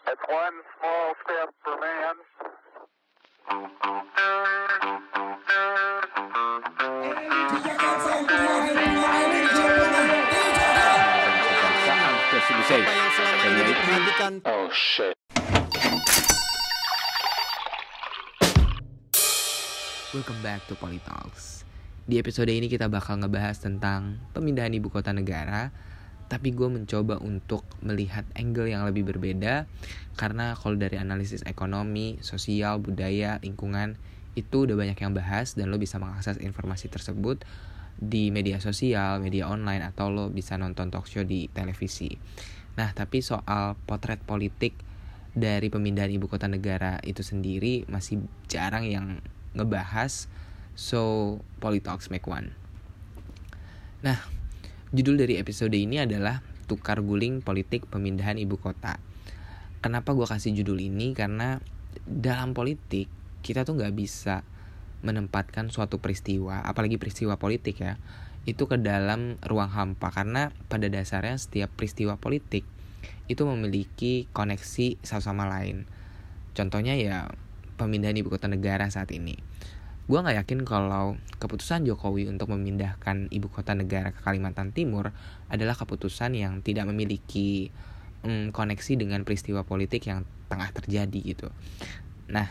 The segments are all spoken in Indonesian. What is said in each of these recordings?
It's one small step for man. Apa yang selama ini diperhatikan? Oh shit. Welcome back to Politalks. Di episode ini kita bakal ngebahas tentang pemindahan ibu kota negara, tapi gue mencoba untuk melihat angle yang lebih berbeda, karena kalau dari analisis ekonomi, sosial, budaya, lingkungan, itu udah banyak yang bahas dan lo bisa mengakses informasi tersebut di media sosial, media online, atau lo bisa nonton talk show di televisi. Nah, tapi soal potret politik dari pemindahan ibu kota negara itu sendiri masih jarang yang ngebahas, so Politalks make one. Nah, judul dari episode ini adalah Tukar Guling Politik Pemindahan Ibu Kota. Kenapa gue kasih judul ini? Karena dalam politik kita tuh gak bisa menempatkan suatu peristiwa, apalagi peristiwa politik ya, itu ke dalam ruang hampa. Karena pada dasarnya setiap peristiwa politik itu memiliki koneksi satu sama lain. Contohnya ya pemindahan ibu kota negara saat ini. Gue gak yakin kalau keputusan Jokowi untuk memindahkan ibu kota negara ke Kalimantan Timur adalah keputusan yang tidak memiliki koneksi dengan peristiwa politik yang tengah terjadi gitu. Nah,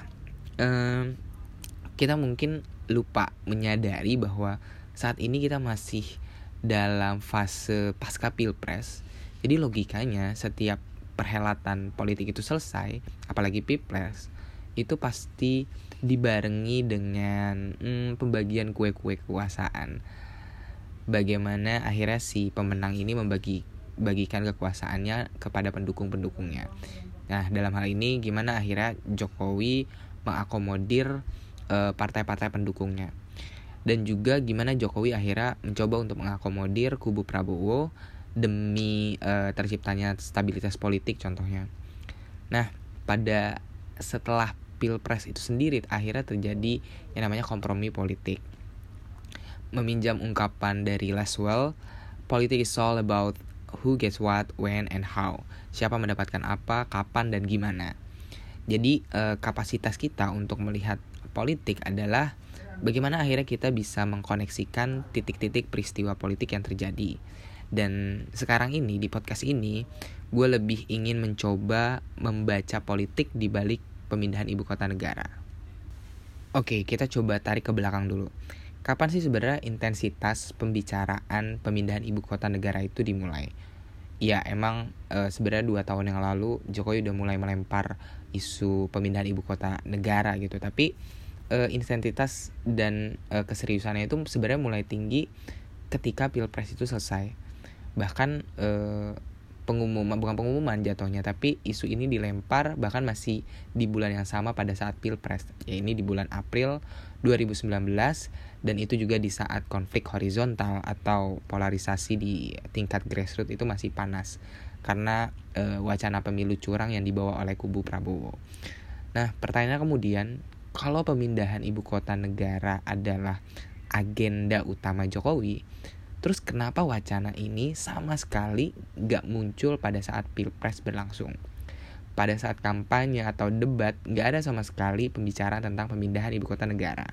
kita mungkin lupa menyadari bahwa saat ini kita masih dalam fase pasca pilpres. Jadi logikanya setiap perhelatan politik itu selesai, apalagi pilpres, itu pasti dibarengi dengan pembagian kue-kue kekuasaan. Bagaimana akhirnya si pemenang ini bagikan kekuasaannya kepada pendukung-pendukungnya. Nah, dalam hal ini gimana akhirnya Jokowi mengakomodir partai-partai pendukungnya. Dan juga gimana Jokowi akhirnya mencoba untuk mengakomodir kubu Prabowo demi terciptanya stabilitas politik contohnya. Nah, pada setelah pilpres itu sendiri akhirnya terjadi yang namanya kompromi politik. Meminjam ungkapan dari Laswell, politics is all about who gets what, when, and how. Siapa mendapatkan apa, kapan, dan gimana. Jadi kapasitas kita untuk melihat politik adalah bagaimana akhirnya kita bisa mengkoneksikan titik-titik peristiwa politik yang terjadi. Dan sekarang ini di podcast ini gue lebih ingin mencoba membaca politik di balik pemindahan ibu kota negara. Oke, kita coba tarik ke belakang dulu. Kapan sih sebenarnya intensitas pembicaraan pemindahan ibu kota negara itu dimulai? Ya emang sebenarnya 2 tahun yang lalu Jokowi udah mulai melempar isu pemindahan ibu kota negara gitu. Tapi intensitas dan keseriusannya itu sebenarnya mulai tinggi ketika pilpres itu selesai. Bahkan bukan pengumuman jatuhnya, tapi isu ini dilempar bahkan masih di bulan yang sama pada saat pilpres, ya ini di bulan April 2019, dan itu juga di saat konflik horizontal atau polarisasi di tingkat grassroots itu masih panas karena wacana pemilu curang yang dibawa oleh kubu Prabowo. Nah, pertanyaannya kemudian, kalau pemindahan ibu kota negara adalah agenda utama Jokowi, terus kenapa wacana ini sama sekali gak muncul pada saat pilpres berlangsung? Pada saat kampanye atau debat gak ada sama sekali pembicaraan tentang pemindahan ibu kota negara.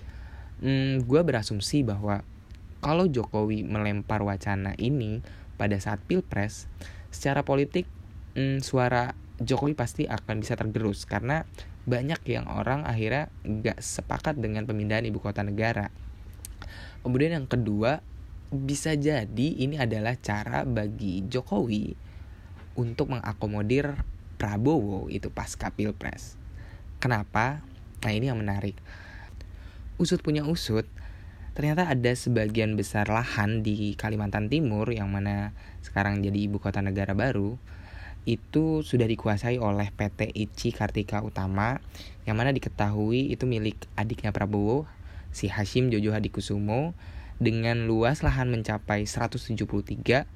Gue berasumsi bahwa kalau Jokowi melempar wacana ini pada saat pilpres, secara politik suara Jokowi pasti akan bisa tergerus, karena banyak yang orang akhirnya gak sepakat dengan pemindahan ibu kota negara. Kemudian yang kedua, bisa jadi ini adalah cara bagi Jokowi untuk mengakomodir Prabowo itu pasca pilpres. Kenapa? Nah, ini yang menarik. Usut punya usut, ternyata ada sebagian besar lahan di Kalimantan Timur yang mana sekarang jadi ibu kota negara baru itu sudah dikuasai oleh PT ICI Kartika Utama, yang mana diketahui itu milik adiknya Prabowo, si Hashim Jojo Hadikusumo, dengan luas lahan mencapai 173.395.000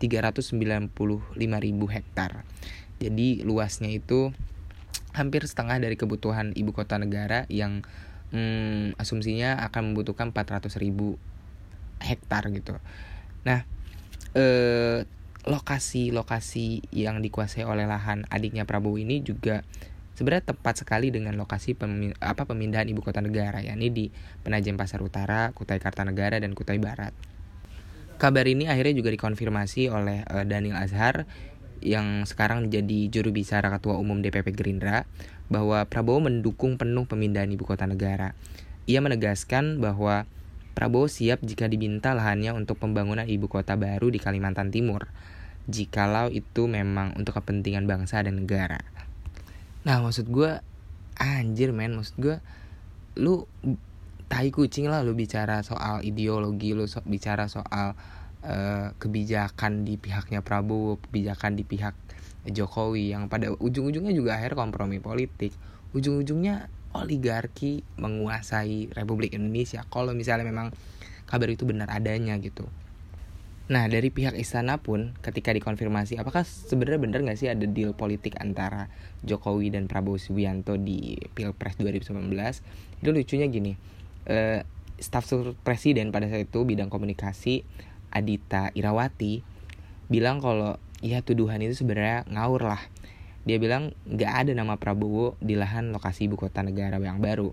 hektar. Jadi luasnya itu hampir setengah dari kebutuhan ibu kota negara yang asumsinya akan membutuhkan 400.000 hektar gitu. Nah, lokasi-lokasi yang dikuasai oleh lahan adiknya Prabowo ini juga sebenarnya tepat sekali dengan lokasi pemindahan ibu kota negara, yakni di Penajem Pasar Utara, Kutai Kartanegara, dan Kutai Barat. Kabar ini akhirnya juga dikonfirmasi oleh Daniel Azhar yang sekarang menjadi juru bicara Ketua Umum DPP Gerindra, bahwa Prabowo mendukung penuh pemindahan ibu kota negara. Ia menegaskan bahwa Prabowo siap jika diminta lahannya untuk pembangunan ibu kota baru di Kalimantan Timur, jikalau itu memang untuk kepentingan bangsa dan negara. Nah, maksud gue, maksud gue, lu tai kucing lah lu bicara soal ideologi, lu bicara soal kebijakan di pihaknya Prabowo, kebijakan di pihak Jokowi, yang pada ujung-ujungnya juga akhir kompromi politik, ujung-ujungnya oligarki menguasai Republik Indonesia kalau misalnya memang kabar itu benar adanya gitu. Nah, dari pihak istana pun ketika dikonfirmasi apakah sebenarnya benar nggak sih ada deal politik antara Jokowi dan Prabowo Subianto di Pilpres 2019, itu lucunya gini, staf presiden pada saat itu bidang komunikasi Adita Irawati bilang kalau ya tuduhan itu sebenarnya ngawur lah. Dia bilang nggak ada nama Prabowo di lahan lokasi ibu kota negara yang baru.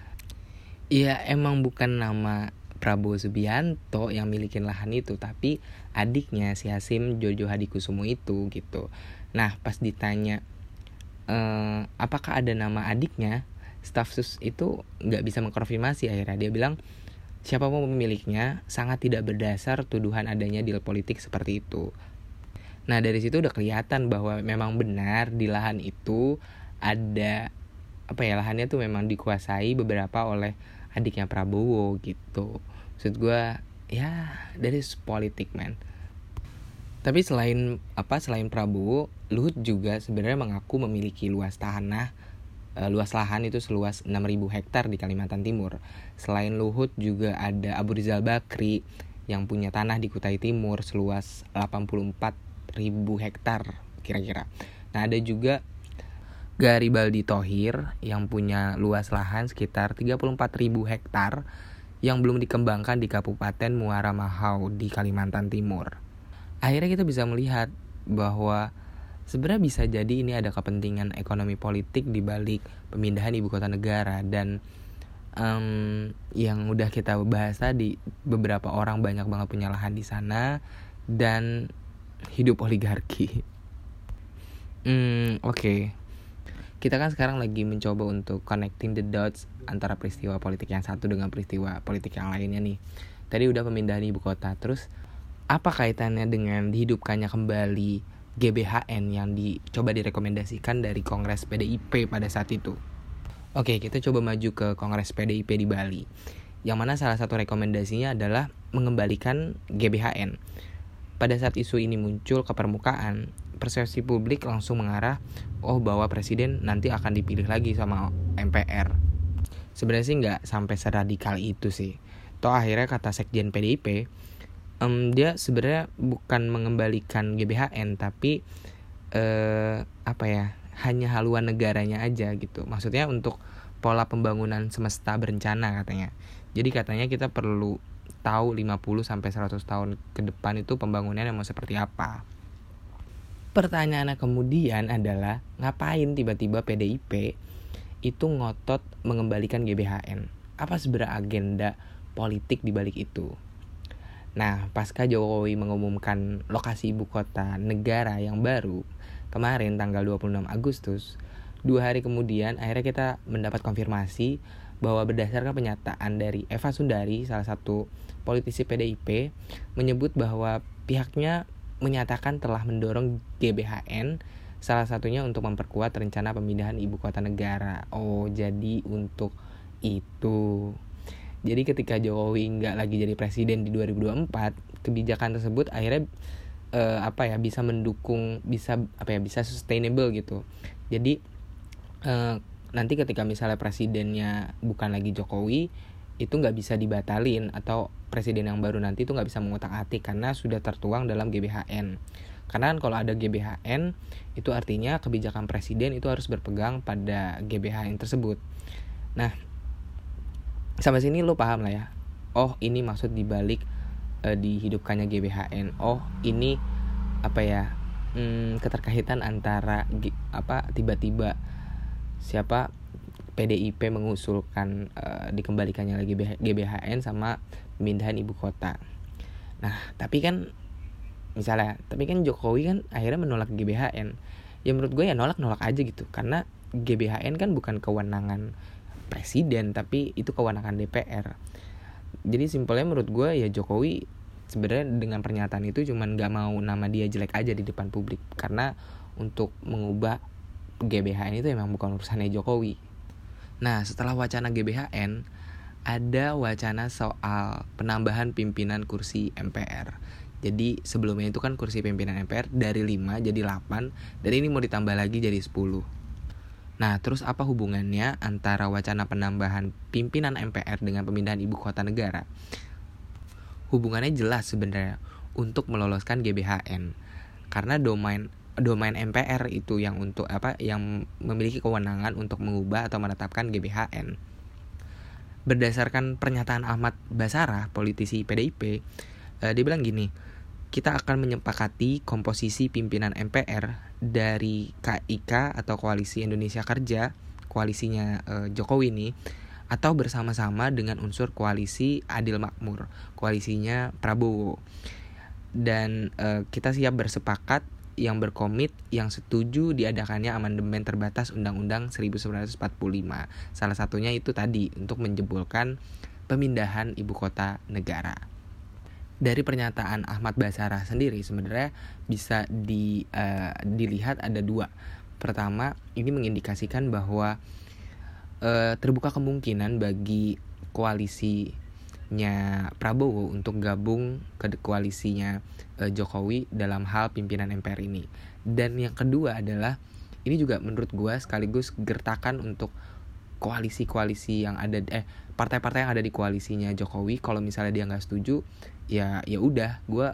Ya emang bukan nama Prabowo Subianto yang milikin lahan itu, tapi adiknya si Hasim Jojo Hadikusumo itu gitu. Nah, pas ditanya apakah ada nama adiknya, staf sus itu nggak bisa mengkonfirmasi. Akhirnya dia bilang siapapun pemiliknya sangat tidak berdasar tuduhan adanya deal politik seperti itu. Nah, dari situ udah kelihatan bahwa memang benar di lahan itu ada lahannya tuh memang dikuasai beberapa oleh adiknya Prabowo gitu. Maksud gue ya dari politik man. Tapi selain Prabowo, Luhut juga sebenarnya mengaku memiliki luas lahan itu seluas 6.000 hektar di Kalimantan Timur. Selain Luhut juga ada Abu Rizal Bakri yang punya tanah di Kutai Timur seluas 84.000 hektar kira-kira. Nah, ada juga Garibaldi Thohir yang punya luas lahan sekitar 34.000 hektar yang belum dikembangkan di Kabupaten Muara Mahau di Kalimantan Timur. Akhirnya kita bisa melihat bahwa sebenarnya bisa jadi ini ada kepentingan ekonomi politik di balik pemindahan ibu kota negara, dan yang udah kita bahas tadi, beberapa orang banyak banget punya lahan di sana dan hidup oligarki. Oke. Kita kan sekarang lagi mencoba untuk connecting the dots antara peristiwa politik yang satu dengan peristiwa politik yang lainnya nih. Tadi udah pemindahan ibu kota, terus apa kaitannya dengan dihidupkannya kembali GBHN yang dicoba direkomendasikan dari Kongres PDIP pada saat itu? Oke, kita coba maju ke Kongres PDIP di Bali, yang mana salah satu rekomendasinya adalah mengembalikan GBHN. Pada saat isu ini muncul ke permukaan, persepsi publik langsung mengarah bahwa presiden nanti akan dipilih lagi sama MPR. Sebenarnya sih nggak sampai seradikal itu sih. Toh akhirnya kata Sekjen PDIP, dia sebenarnya bukan mengembalikan GBHN, tapi hanya haluan negaranya aja gitu. Maksudnya untuk pola pembangunan semesta berencana katanya. Jadi katanya kita perlu tahu 50 sampai 100 tahun ke depan itu pembangunannya mau seperti apa. Pertanyaannya kemudian adalah ngapain tiba-tiba PDIP itu ngotot mengembalikan GBHN? Apa sebenarnya agenda politik di balik itu? Nah, pasca Jokowi mengumumkan lokasi ibu kota negara yang baru kemarin tanggal 26 Agustus, 2 hari kemudian akhirnya kita mendapat konfirmasi bahwa berdasarkan pernyataan dari Eva Sundari, salah satu politisi PDIP, menyebut bahwa pihaknya menyatakan telah mendorong GBHN, salah satunya untuk memperkuat rencana pemindahan ibu kota negara. Jadi untuk itu. Jadi ketika Jokowi nggak lagi jadi presiden di 2024, kebijakan tersebut akhirnya bisa mendukung, bisa sustainable gitu. Jadi nanti ketika misalnya presidennya bukan lagi Jokowi, itu nggak bisa dibatalin, atau presiden yang baru nanti itu nggak bisa mengutak-atik karena sudah tertuang dalam GBHN. Karena kan kalau ada GBHN itu artinya kebijakan presiden itu harus berpegang pada GBHN tersebut. Nah, sampai sini lo paham lah ya. Ini maksud dibalik dihidupkannya GBHN. Ini keterkaitan antara tiba-tiba PDIP mengusulkan dikembalikannya lagi GBHN sama pemindahan ibu kota. Nah, tapi kan Jokowi kan akhirnya menolak GBHN. Ya menurut gue ya nolak aja gitu. Karena GBHN kan bukan kewenangan presiden, tapi itu kewenangan DPR. Jadi simpelnya menurut gue ya Jokowi sebenarnya dengan pernyataan itu cuman gak mau nama dia jelek aja di depan publik. Karena untuk mengubah GBHN itu emang bukan urusannya Jokowi. Nah, setelah wacana GBHN, ada wacana soal penambahan pimpinan kursi MPR. Jadi sebelumnya itu kan kursi pimpinan MPR dari 5 jadi 8, dan ini mau ditambah lagi jadi 10. Nah, terus apa hubungannya antara wacana penambahan pimpinan MPR dengan pemindahan ibu kota negara? Hubungannya jelas sebenarnya, untuk meloloskan GBHN. Karena domain MPR itu yang memiliki kewenangan untuk mengubah atau menetapkan GBHN. Berdasarkan pernyataan Ahmad Basarah, politisi PDIP, dia bilang gini, kita akan menyepakati komposisi pimpinan MPR dari KIK atau Koalisi Indonesia Kerja, koalisinya Jokowi ini, atau bersama-sama dengan unsur koalisi Adil Makmur, koalisinya Prabowo. Dan kita siap bersepakat yang berkomit, yang setuju diadakannya amandemen terbatas Undang-Undang 1945. Salah satunya itu tadi, untuk menjebolkan pemindahan ibu kota negara. Dari pernyataan Ahmad Basarah sendiri sebenarnya bisa dilihat ada dua. Pertama, ini mengindikasikan bahwa terbuka kemungkinan bagi koalisinya Prabowo untuk gabung ke koalisinya Jokowi dalam hal pimpinan MPR ini. Dan yang kedua adalah, ini juga menurut gue sekaligus gertakan untuk koalisi-koalisi yang ada partai-partai yang ada di koalisinya Jokowi. Kalau misalnya dia nggak setuju, ya udah, gue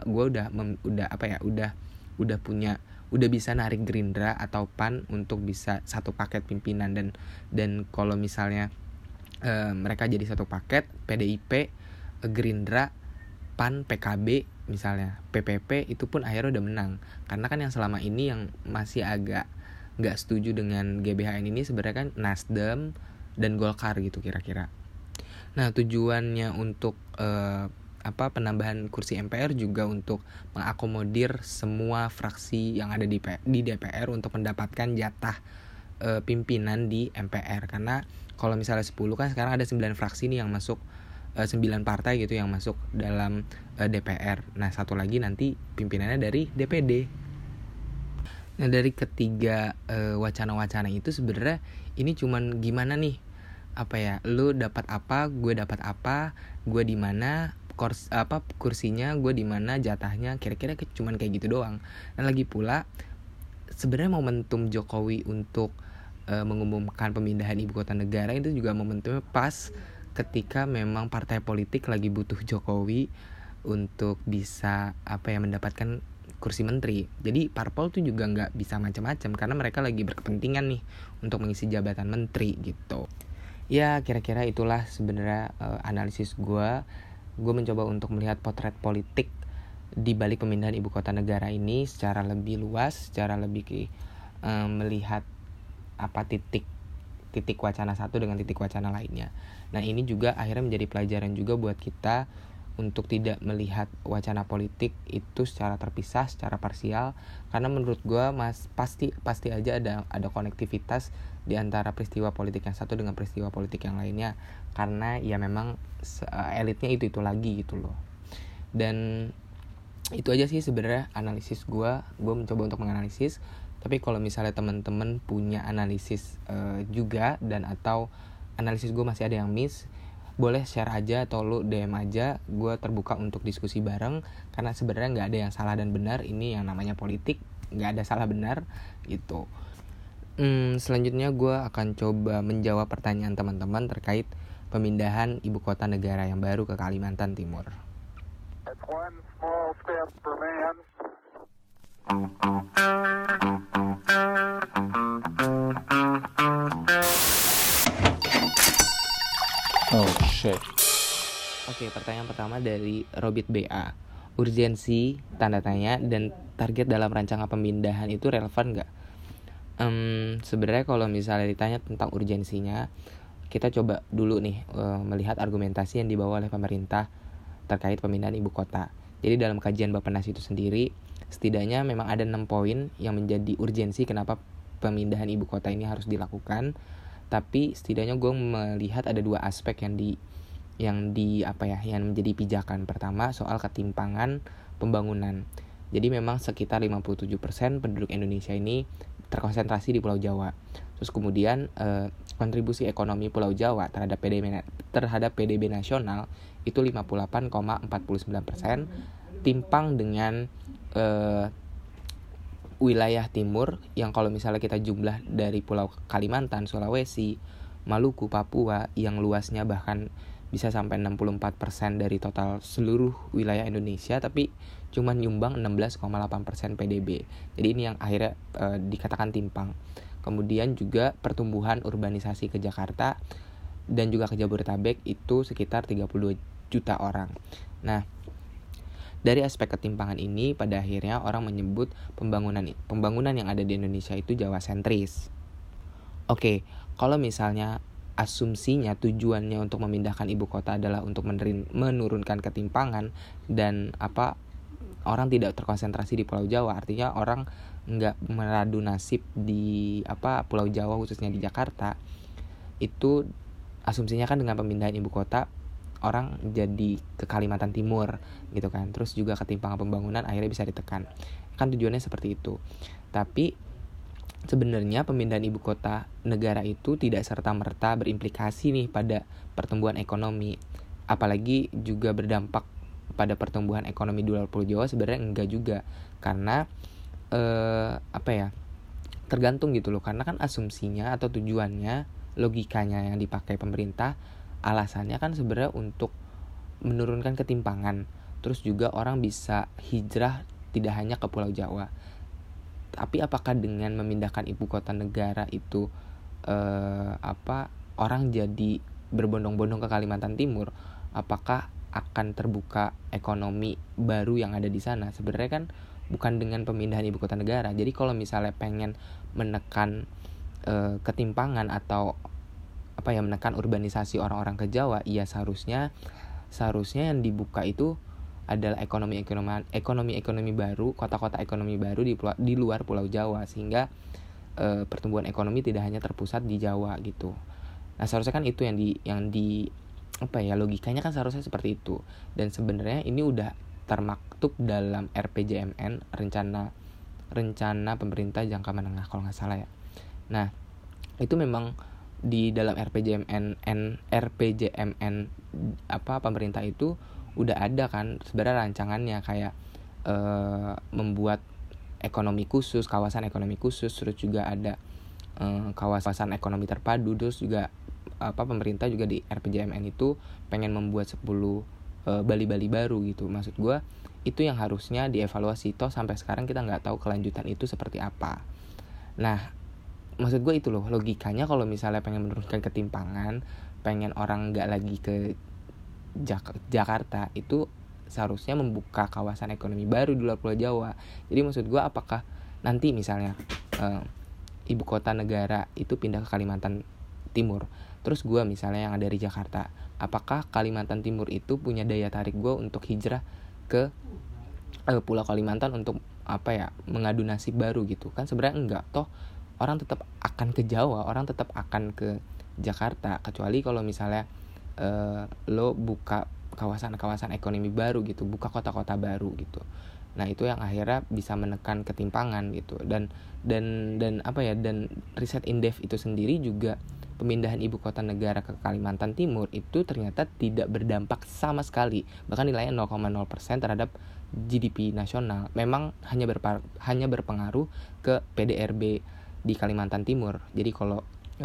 udah bisa narik Gerindra atau PAN untuk bisa satu paket pimpinan. Dan kalau misalnya mereka jadi satu paket, PDIP, Gerindra, PAN, PKB misalnya, PPP itu pun akhirnya udah menang. Karena kan yang selama ini yang masih agak nggak setuju dengan GBHN ini sebenarnya kan Nasdem dan Golkar gitu kira-kira. Nah, tujuannya untuk penambahan kursi MPR juga untuk mengakomodir semua fraksi yang ada di DPR untuk mendapatkan jatah pimpinan di MPR. Karena kalau misalnya 10 kan sekarang ada 9 fraksi nih yang masuk, 9 partai gitu yang masuk dalam DPR. Nah, satu lagi nanti pimpinannya dari DPD. Nah, dari ketiga wacana-wacana itu sebenarnya ini cuman gimana nih, lu dapat apa, gue dapat apa, gue di mana, kursinya, gue di mana, jatahnya, kira-kira cuman kayak gitu doang. Dan lagi pula sebenarnya momentum Jokowi untuk mengumumkan pemindahan ibu kota negara itu juga momentumnya pas ketika memang partai politik lagi butuh Jokowi untuk bisa mendapatkan kursi menteri. Jadi parpol tuh juga nggak bisa macam-macam karena mereka lagi berkepentingan nih untuk mengisi jabatan menteri gitu. Ya kira-kira itulah sebenarnya analisis gue. Gue mencoba untuk melihat potret politik di balik pemindahan ibu kota negara ini secara lebih luas, secara lebih melihat titik wacana satu dengan titik wacana lainnya. Nah, ini juga akhirnya menjadi pelajaran juga buat kita untuk tidak melihat wacana politik itu secara terpisah, secara parsial, karena menurut gue pasti aja ada konektivitas di antara peristiwa politik yang satu dengan peristiwa politik yang lainnya, karena ya memang elitnya itu lagi gitu loh. Dan itu aja sih sebenarnya analisis gue mencoba untuk menganalisis. Tapi kalau misalnya teman-teman punya analisis juga dan atau analisis gue masih ada yang miss, boleh share aja atau lu DM aja. Gue terbuka untuk diskusi bareng, karena sebenarnya nggak ada yang salah dan benar. Ini yang namanya politik, nggak ada salah benar gitu. Selanjutnya gue akan coba menjawab pertanyaan teman-teman terkait pemindahan ibu kota negara yang baru ke Kalimantan Timur. That's one small step for man. Oh shit. Oke, pertanyaan pertama dari Robit BA. Urgensi, tanda tanya, dan target dalam rancangan pemindahan itu relevan nggak? Sebenarnya kalau misalnya ditanya tentang urgensinya, kita coba dulu nih melihat argumentasi yang dibawa oleh pemerintah terkait pemindahan ibu kota. Jadi dalam kajian Bappenas itu sendiri, setidaknya memang ada 6 poin yang menjadi urgensi kenapa pemindahan ibu kota ini harus dilakukan. Tapi setidaknya gue melihat ada 2 aspek yang menjadi pijakan. Pertama, soal ketimpangan pembangunan. Jadi memang sekitar 57% penduduk Indonesia ini terkonsentrasi di Pulau Jawa. Terus kemudian kontribusi ekonomi Pulau Jawa terhadap PDB nasional itu 58,49%, timpang dengan wilayah timur yang kalau misalnya kita jumlah dari Pulau Kalimantan, Sulawesi, Maluku, Papua yang luasnya bahkan bisa sampai 64% dari total seluruh wilayah Indonesia, tapi cuma nyumbang 16,8% PDB. Jadi ini yang akhirnya dikatakan timpang. Kemudian juga pertumbuhan urbanisasi ke Jakarta dan juga ke Jabodetabek itu sekitar 32 juta orang. Nah, dari aspek ketimpangan ini pada akhirnya orang menyebut pembangunan yang ada di Indonesia itu Jawa sentris. Oke, kalau misalnya asumsinya tujuannya untuk memindahkan ibu kota adalah untuk menurunkan ketimpangan dan orang tidak terkonsentrasi di Pulau Jawa, artinya orang nggak meradu nasib di Pulau Jawa khususnya di Jakarta. Itu asumsinya kan dengan pemindahan ibu kota orang jadi ke Kalimantan Timur gitu kan. Terus juga ketimpangan pembangunan akhirnya bisa ditekan. Kan tujuannya seperti itu. Tapi sebenarnya pemindahan ibu kota negara itu tidak serta-merta berimplikasi nih pada pertumbuhan ekonomi. Apalagi juga berdampak pada pertumbuhan ekonomi di luar Pulau Jawa. Sebenarnya enggak juga. Karena tergantung gitu loh. Karena kan asumsinya atau tujuannya, logikanya yang dipakai pemerintah, alasannya kan sebenarnya untuk menurunkan ketimpangan. Terus juga orang bisa hijrah tidak hanya ke Pulau Jawa. Tapi apakah dengan memindahkan ibu kota negara itu orang jadi berbondong-bondong ke Kalimantan Timur? Apakah akan terbuka ekonomi baru yang ada di sana? Sebenarnya kan bukan dengan pemindahan ibu kota negara. Jadi kalau misalnya pengen menekan ketimpangan atau menekan urbanisasi orang-orang ke Jawa, ya seharusnya yang dibuka itu adalah ekonomi baru, kota-kota ekonomi baru di luar Pulau Jawa, sehingga pertumbuhan ekonomi tidak hanya terpusat di Jawa gitu. Nah, seharusnya kan itu logikanya kan seharusnya seperti itu. Dan sebenarnya ini udah termaktub dalam RPJMN, rencana pemerintah jangka menengah kalau nggak salah ya. Nah, itu memang di dalam RPJMN pemerintah itu udah ada kan sebenarnya rancangannya, kayak membuat ekonomi khusus, kawasan ekonomi khusus, terus juga ada kawasan ekonomi terpadu. Terus juga pemerintah juga di RPJMN itu pengen membuat 10 Bali-Bali baru gitu. Maksud gue itu yang harusnya dievaluasi. Toh sampai sekarang kita nggak tahu kelanjutan itu seperti apa. Nah, maksud gue itu loh logikanya, kalau misalnya pengen menurunkan ketimpangan, pengen orang nggak lagi ke Jakarta, itu seharusnya membuka kawasan ekonomi baru di luar Pulau Jawa. Jadi maksud gue, apakah nanti misalnya ibu kota negara itu pindah ke Kalimantan Timur, terus gue misalnya yang ada di Jakarta, apakah Kalimantan Timur itu punya daya tarik gue untuk hijrah ke Pulau Kalimantan untuk mengadu nasib baru gitu? Kan sebenarnya enggak. Toh orang tetap akan ke Jawa, orang tetap akan ke Jakarta, kecuali kalau misalnya lo buka kawasan-kawasan ekonomi baru gitu, buka kota-kota baru gitu. Nah, itu yang akhirnya bisa menekan ketimpangan gitu. Dan riset Indef itu sendiri juga, pemindahan ibu kota negara ke Kalimantan Timur itu ternyata tidak berdampak sama sekali, bahkan nilainya 0,0% terhadap GDP nasional. Memang hanya berpengaruh ke PDRB di Kalimantan Timur. Jadi kalau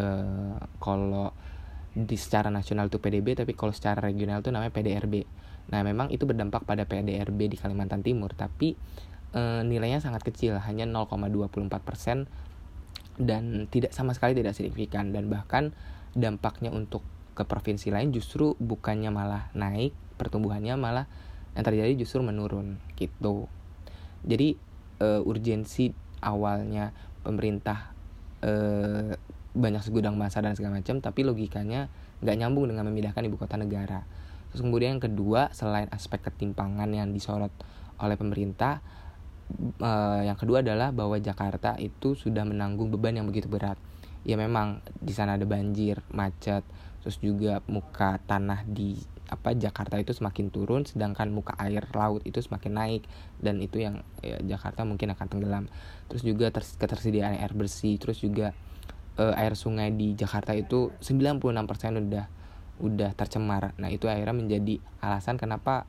di secara nasional itu PDB, tapi kalau secara regional itu namanya PDRB. Nah, memang itu berdampak pada PDRB di Kalimantan Timur, tapi nilainya sangat kecil, hanya 0,24%, dan sama sekali tidak signifikan. Dan bahkan dampaknya untuk ke provinsi lain justru bukannya malah naik, pertumbuhannya malah yang terjadi justru menurun gitu. Jadi urgensi awalnya pemerintah banyak segudang massa dan segala macam, tapi logikanya nggak nyambung dengan memindahkan ibu kota negara. Terus kemudian yang kedua, selain aspek ketimpangan yang disorot oleh pemerintah, yang kedua adalah bahwa Jakarta itu sudah menanggung beban yang begitu berat. Ya memang di sana ada banjir, macet, terus juga muka tanah di Jakarta itu semakin turun, sedangkan muka air laut itu semakin naik, dan itu yang Jakarta mungkin akan tenggelam. Terus juga ketersediaan air bersih, terus juga air sungai di Jakarta itu 96% udah tercemar. Nah, itu akhirnya menjadi alasan kenapa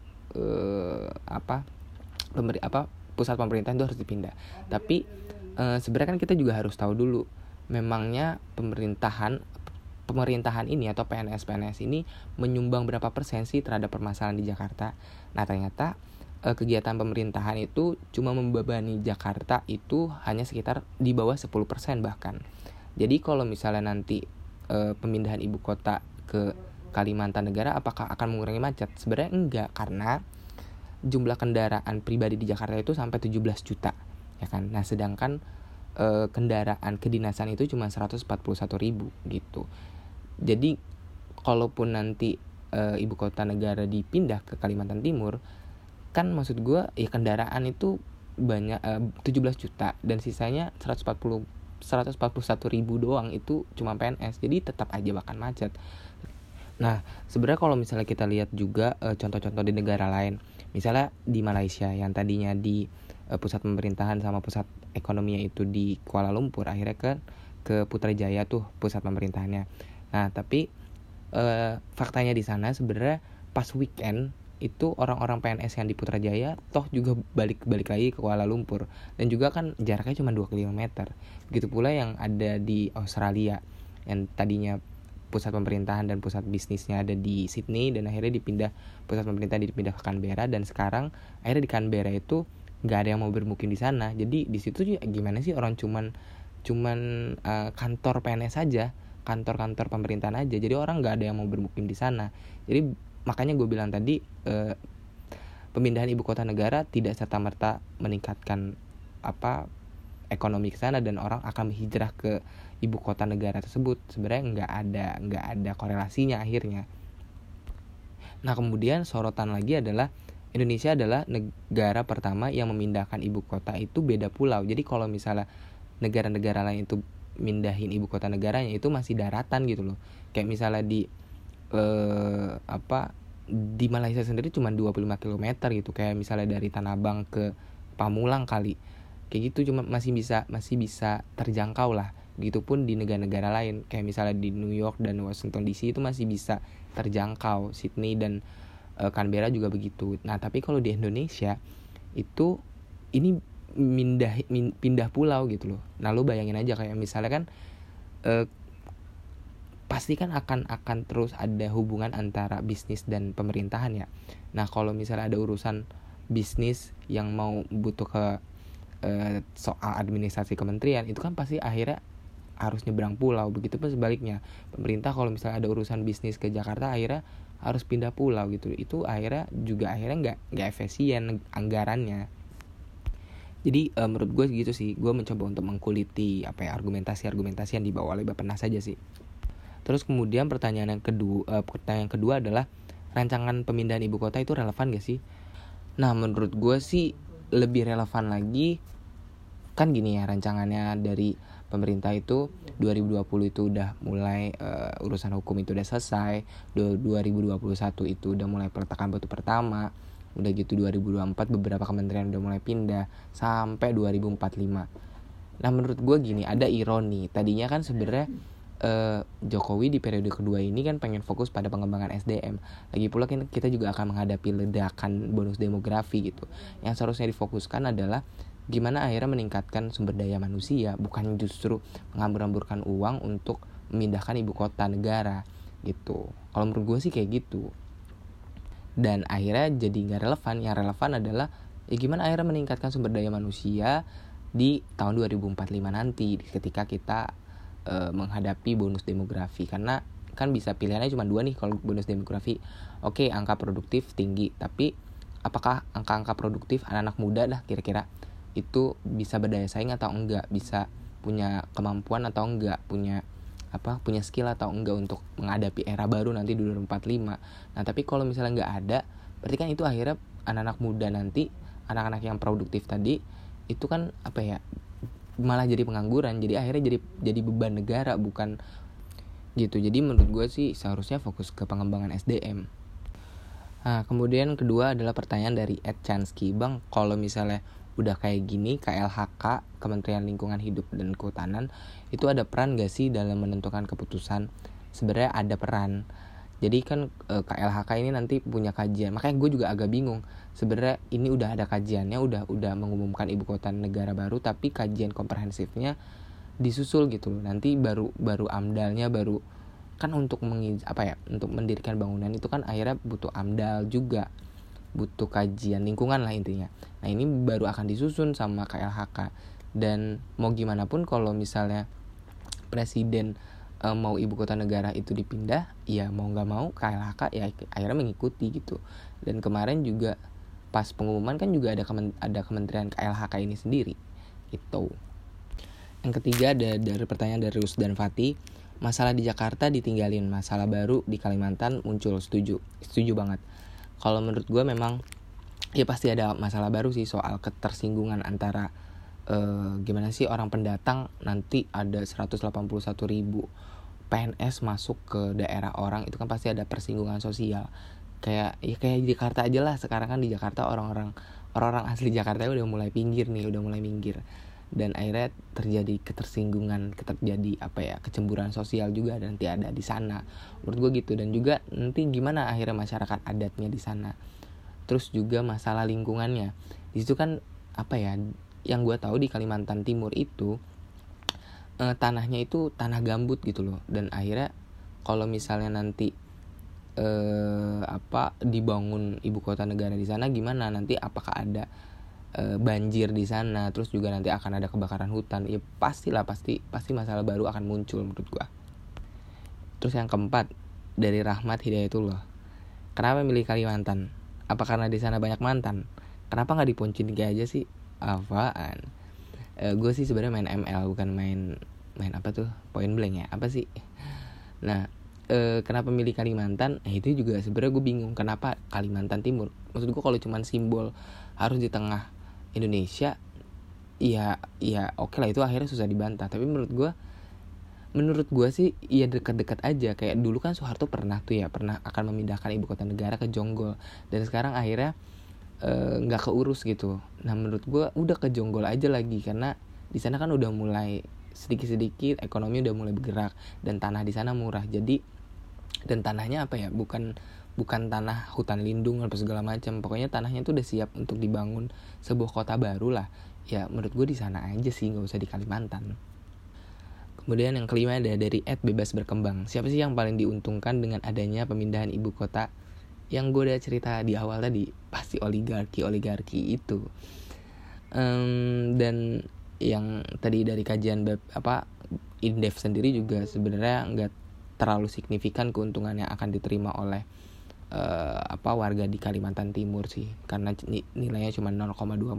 pusat pemerintahan itu harus dipindah. Tapi sebenarnya kan kita juga harus tahu dulu, memangnya pemerintahan ini atau PNS ini menyumbang berapa persen sih terhadap permasalahan di Jakarta. Nah, ternyata kegiatan pemerintahan itu cuma membebani Jakarta itu hanya sekitar di bawah 10% bahkan. Jadi kalau misalnya nanti pemindahan ibu kota ke Kalimantan Negara, apakah akan mengurangi macet? Sebenarnya enggak, karena jumlah kendaraan pribadi di Jakarta itu sampai 17 juta, ya kan? Nah, sedangkan kendaraan kedinasan itu cuma 141.000 gitu. Jadi kalaupun nanti ibu kota negara dipindah ke Kalimantan Timur, kan maksud gue ya kendaraan itu banyak 17 juta dan sisanya 141.000 doang itu cuma PNS. Jadi tetap aja bakal macet. Nah, sebenarnya kalau misalnya kita lihat juga contoh-contoh di negara lain, misalnya di Malaysia yang tadinya di pusat pemerintahan sama pusat ekonominya itu di Kuala Lumpur, akhirnya ke Putrajaya tuh pusat pemerintahannya. Nah, tapi faktanya di sana sebenarnya pas weekend itu orang-orang PNS yang di Putrajaya toh juga balik lagi ke Kuala Lumpur, dan juga kan jaraknya cuma 2 km. Begitu pula yang ada di Australia yang tadinya pusat pemerintahan dan pusat bisnisnya ada di Sydney, dan akhirnya pusat pemerintahan dipindah ke Canberra, dan sekarang akhirnya di Canberra itu nggak ada yang mau bermukim di sana. Jadi di situ gimana sih orang cuman kantor PNS saja, kantor-kantor pemerintahan aja, jadi orang nggak ada yang mau bermukim di sana. Jadi makanya gue bilang tadi pemindahan ibu kota negara tidak serta-merta meningkatkan ekonomi ke sana dan orang akan berhijrah ke ibu kota negara tersebut. Sebenarnya nggak ada korelasinya akhirnya. Nah, kemudian sorotan lagi adalah Indonesia adalah negara pertama yang memindahkan ibu kota itu beda pulau. Jadi kalau misalnya negara-negara lain itu mindahin ibu kota negaranya itu masih daratan gitu loh. Kayak misalnya di Malaysia sendiri cuma 25 km gitu. Kayak misalnya dari Tanah Abang ke Pamulang kali. Kayak gitu cuma masih bisa terjangkau lah. Begitupun di negara-negara lain, kayak misalnya di New York dan Washington DC itu masih bisa terjangkau. Sydney dan Canberra juga begitu. Nah, tapi kalau di Indonesia itu ini pindah pulau gitu loh. Nah, lu bayangin aja kayak misalnya kan pasti kan akan terus ada hubungan antara bisnis dan pemerintahan ya. Nah, kalau misalnya ada urusan bisnis yang mau butuh ke soal administrasi kementerian, itu kan pasti akhirnya harus nyebrang pulau. Begitupun sebaliknya, pemerintah kalau misalnya ada urusan bisnis ke Jakarta akhirnya harus pindah pulau gitu. Itu akhirnya nggak efisien anggarannya. Jadi menurut gue gitu sih, gue mencoba untuk mengkuliti argumentasi yang dibawa oleh Bappenas saja sih. Terus kemudian pertanyaan yang kedua adalah rancangan pemindahan ibu kota itu relevan gak sih? Nah, menurut gue sih lebih relevan lagi. Kan gini ya, rancangannya dari pemerintah itu 2020 itu udah mulai urusan hukum itu udah selesai. 2021 itu udah mulai peletakan batu pertama. Udah gitu 2024 beberapa kementerian udah mulai pindah sampai 2045. Nah, menurut gue gini, ada ironi. Tadinya kan sebenarnya Jokowi di periode kedua ini kan pengen fokus pada pengembangan SDM. Lagi pula kita juga akan menghadapi ledakan bonus demografi gitu. Yang seharusnya difokuskan adalah gimana akhirnya meningkatkan sumber daya manusia, bukan justru menghambur-hamburkan uang untuk memindahkan ibu kota negara gitu. Kalau menurut gue sih kayak gitu. Dan akhirnya jadi gak relevan. Yang relevan adalah gimana akhirnya meningkatkan sumber daya manusia di tahun 2045 nanti, ketika kita menghadapi bonus demografi. Karena kan bisa pilihannya cuma 2 nih kalau bonus demografi. Oke, angka produktif tinggi, tapi apakah angka-angka produktif anak-anak muda dah kira-kira itu bisa berdaya saing atau enggak, bisa punya kemampuan atau enggak, punya skill atau enggak untuk menghadapi era baru nanti 2045. Nah tapi kalau misalnya nggak ada, berarti kan itu akhirnya anak-anak muda nanti, anak-anak yang produktif tadi itu kan malah jadi pengangguran, jadi akhirnya jadi beban negara, bukan gitu. Jadi menurut gue sih seharusnya fokus ke pengembangan SDM. Nah kemudian kedua adalah pertanyaan dari Ed Chansky, Bang, kalau misalnya udah kayak gini, KLHK, Kementerian Lingkungan Hidup dan Kehutanan, itu ada peran gak sih dalam menentukan keputusan? Sebenarnya ada peran. Jadi kan KLHK ini nanti punya kajian. Makanya gue juga agak bingung. Sebenarnya ini udah ada kajiannya, udah mengumumkan ibu kota negara baru, tapi kajian komprehensifnya disusul gitu loh. Nanti baru AMDALnya baru kan untuk untuk mendirikan bangunan itu kan akhirnya butuh AMDAL juga, butuh kajian lingkungan lah intinya. Nah ini baru akan disusun sama KLHK. Dan mau gimana pun kalau misalnya presiden mau ibu kota negara itu dipindah, ya mau gak mau KLHK ya akhirnya mengikuti gitu. Dan kemarin juga pas pengumuman kan juga ada kementerian KLHK ini sendiri gitu. Yang ketiga ada dari pertanyaan dari Rus dan Fatih, masalah di Jakarta ditinggalin, masalah baru di Kalimantan muncul. Setuju banget. Kalau menurut gue memang ya pasti ada masalah baru sih, soal ketersinggungan antara gimana sih orang pendatang, nanti ada 181.000 PNS masuk ke daerah orang, itu kan pasti ada persinggungan sosial. Kayak di Jakarta aja lah, sekarang kan di Jakarta orang-orang asli Jakarta udah mulai minggir. Dan akhirnya terjadi ketersinggungan, terjadi kecemburuan sosial juga nanti ada di sana. Menurut gue gitu. Dan juga nanti gimana akhirnya masyarakat adatnya di sana. Terus juga masalah lingkungannya. Di situ kan yang gue tahu di Kalimantan Timur itu tanahnya itu tanah gambut gitu loh. Dan akhirnya kalau misalnya nanti dibangun ibu kota negara di sana, gimana nanti, apakah ada banjir di sana, terus juga nanti akan ada kebakaran hutan. Ya pasti masalah baru akan muncul menurut gua. Terus yang keempat dari Rahmat Hidayatullah, kenapa milih Kalimantan? Apa karena di sana banyak mantan? Kenapa nggak di Poncin aja sih? Apaan? Gue sih sebenarnya main ML, bukan main point blank ya, apa sih? Nah kenapa milih Kalimantan? Itu juga sebenarnya gue bingung, kenapa Kalimantan Timur? Maksud gue kalau cuman simbol harus di tengah Indonesia, ya oke lah, itu akhirnya susah dibantah. Tapi menurut gue sih ya dekat-dekat aja. Kayak dulu kan Soeharto pernah akan memindahkan ibu kota negara ke Jonggol, dan sekarang akhirnya nggak keurus gitu. Nah menurut gue udah ke Jonggol aja lagi, karena di sana kan udah mulai sedikit-sedikit ekonomi udah mulai bergerak, dan tanah di sana murah. Jadi dan tanahnya bukan tanah hutan lindung atau segala macam. Pokoknya tanahnya tuh udah siap untuk dibangun sebuah kota baru lah. Ya menurut gue di sana aja sih, nggak usah di Kalimantan. Kemudian yang kelima ada dari Ed Bebas Berkembang. Siapa sih yang paling diuntungkan dengan adanya pemindahan ibu kota? Yang gue udah cerita di awal tadi, pasti oligarki itu. Dan yang tadi dari kajian Indef sendiri juga sebenarnya nggak terlalu signifikan keuntungan yang akan diterima oleh warga di Kalimantan Timur sih, karena nilainya cuma 0,24%.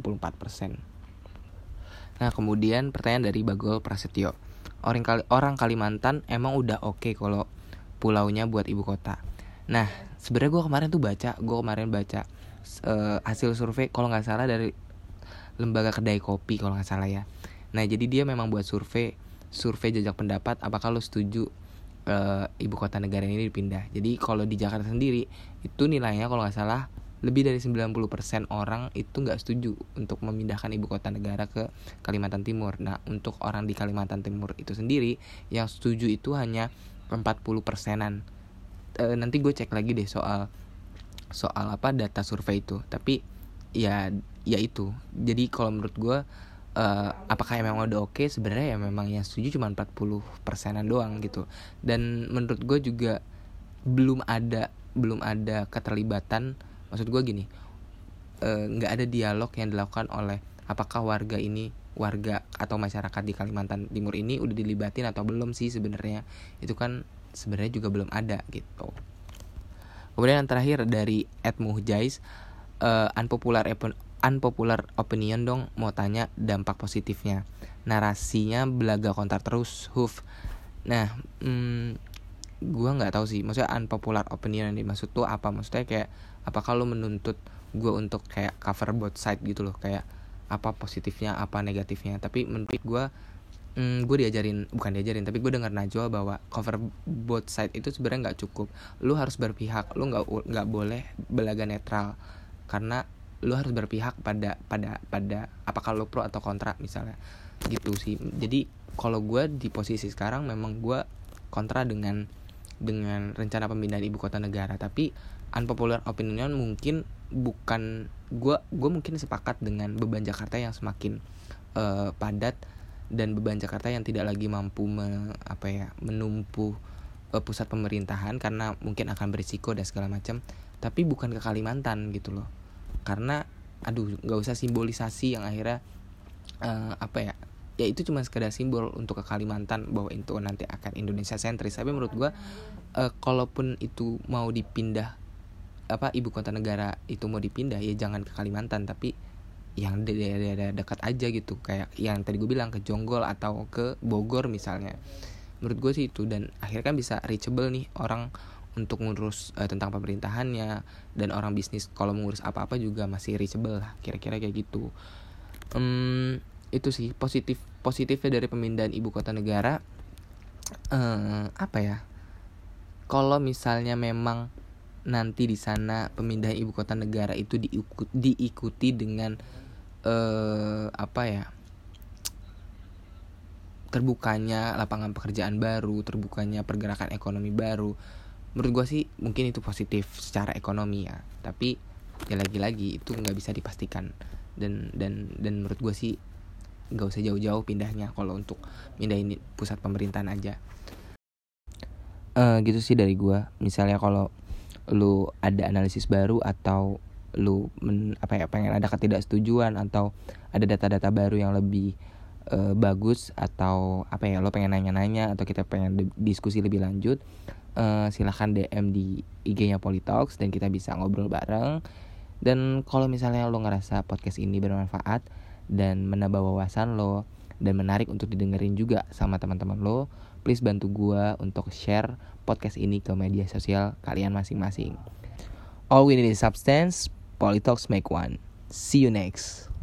Nah kemudian pertanyaan dari Bagol Prasetyo, orang Kalimantan emang udah oke kalau pulaunya buat ibu kota. Nah sebenarnya gue kemarin baca hasil survei, kalau nggak salah dari lembaga kedai kopi kalau nggak salah ya. Nah jadi dia memang buat survei jajak pendapat, apakah lo setuju ibu kota negara ini dipindah. Jadi kalau di Jakarta sendiri itu nilainya kalau nggak salah lebih dari 90% orang itu nggak setuju untuk memindahkan ibu kota negara ke Kalimantan Timur. Nah untuk orang di Kalimantan Timur itu sendiri yang setuju itu hanya 40%-an. Nanti gue cek lagi deh soal data survei itu. Tapi ya itu. Jadi kalau menurut gue apakah memang udah oke? Sebenarnya ya memang yang setuju cuma 40%-an doang gitu. Dan menurut gue juga belum ada keterlibatan. Maksud gue gini, nggak ada dialog yang dilakukan oleh apakah warga atau masyarakat di Kalimantan Timur ini udah dilibatin atau belum sih sebenarnya. Itu kan sebenarnya juga belum ada gitu. unpopular opinion dong, mau tanya dampak positifnya. Narasinya belaga kontar terus, huf. Nah, gue nggak tahu sih, maksudnya unpopular opinion yang dimaksud tuh apa? Maksudnya kayak apakah lo menuntut gue untuk kayak cover both side gitu loh, kayak apa positifnya, apa negatifnya. Tapi menurut gue, gue bukan diajarin, tapi gue dengar Najwa bahwa cover both side itu sebenarnya nggak cukup. Lu harus berpihak, lu nggak boleh belaga netral, karena lu harus berpihak pada apakah lu pro atau kontra misalnya, gitu sih. Jadi kalau gue di posisi sekarang memang gue kontra dengan rencana pemindahan ibu kota negara. Tapi unpopular opinion mungkin bukan, gue mungkin sepakat dengan beban Jakarta yang semakin padat, dan beban Jakarta yang tidak lagi mampu menumpu pusat pemerintahan karena mungkin akan berisiko dan segala macam. Tapi bukan ke Kalimantan gitu loh, karena nggak usah simbolisasi yang akhirnya ya itu cuma sekedar simbol untuk ke Kalimantan bahwa itu nanti akan Indonesia sentris. Tapi menurut gue kalaupun itu mau dipindah, ibu kota negara itu mau dipindah, ya jangan ke Kalimantan, tapi yang daerah dekat aja gitu, kayak yang tadi gue bilang ke Jonggol atau ke Bogor misalnya. Menurut gue sih itu, dan akhirnya kan bisa reachable nih orang untuk ngurus tentang pemerintahannya, dan orang bisnis kalau mengurus apa-apa juga masih reachable lah, kira-kira kayak gitu. Itu sih positifnya dari pemindahan ibu kota negara. Kalau misalnya memang nanti di sana pemindahan ibu kota negara itu diikuti dengan terbukanya lapangan pekerjaan baru, terbukanya pergerakan ekonomi baru, menurut gue sih mungkin itu positif secara ekonomi ya. Tapi ya lagi-lagi itu nggak bisa dipastikan, dan menurut gue sih nggak usah jauh-jauh pindahnya kalau untuk pindahin pusat pemerintahan aja. Gitu sih dari gue. Misalnya kalau lu ada analisis baru, atau lu pengen ada ketidaksetujuan, atau ada data-data baru yang lebih bagus, atau lo pengen nanya-nanya, atau kita pengen diskusi lebih lanjut, silahkan DM di IG-nya Politalks dan kita bisa ngobrol bareng. Dan kalau misalnya lo ngerasa podcast ini bermanfaat dan menambah wawasan lo dan menarik untuk didengerin juga sama teman-teman lo, please bantu gue untuk share podcast ini ke media sosial kalian masing-masing. All we need is substance. Politalks make one. See you next.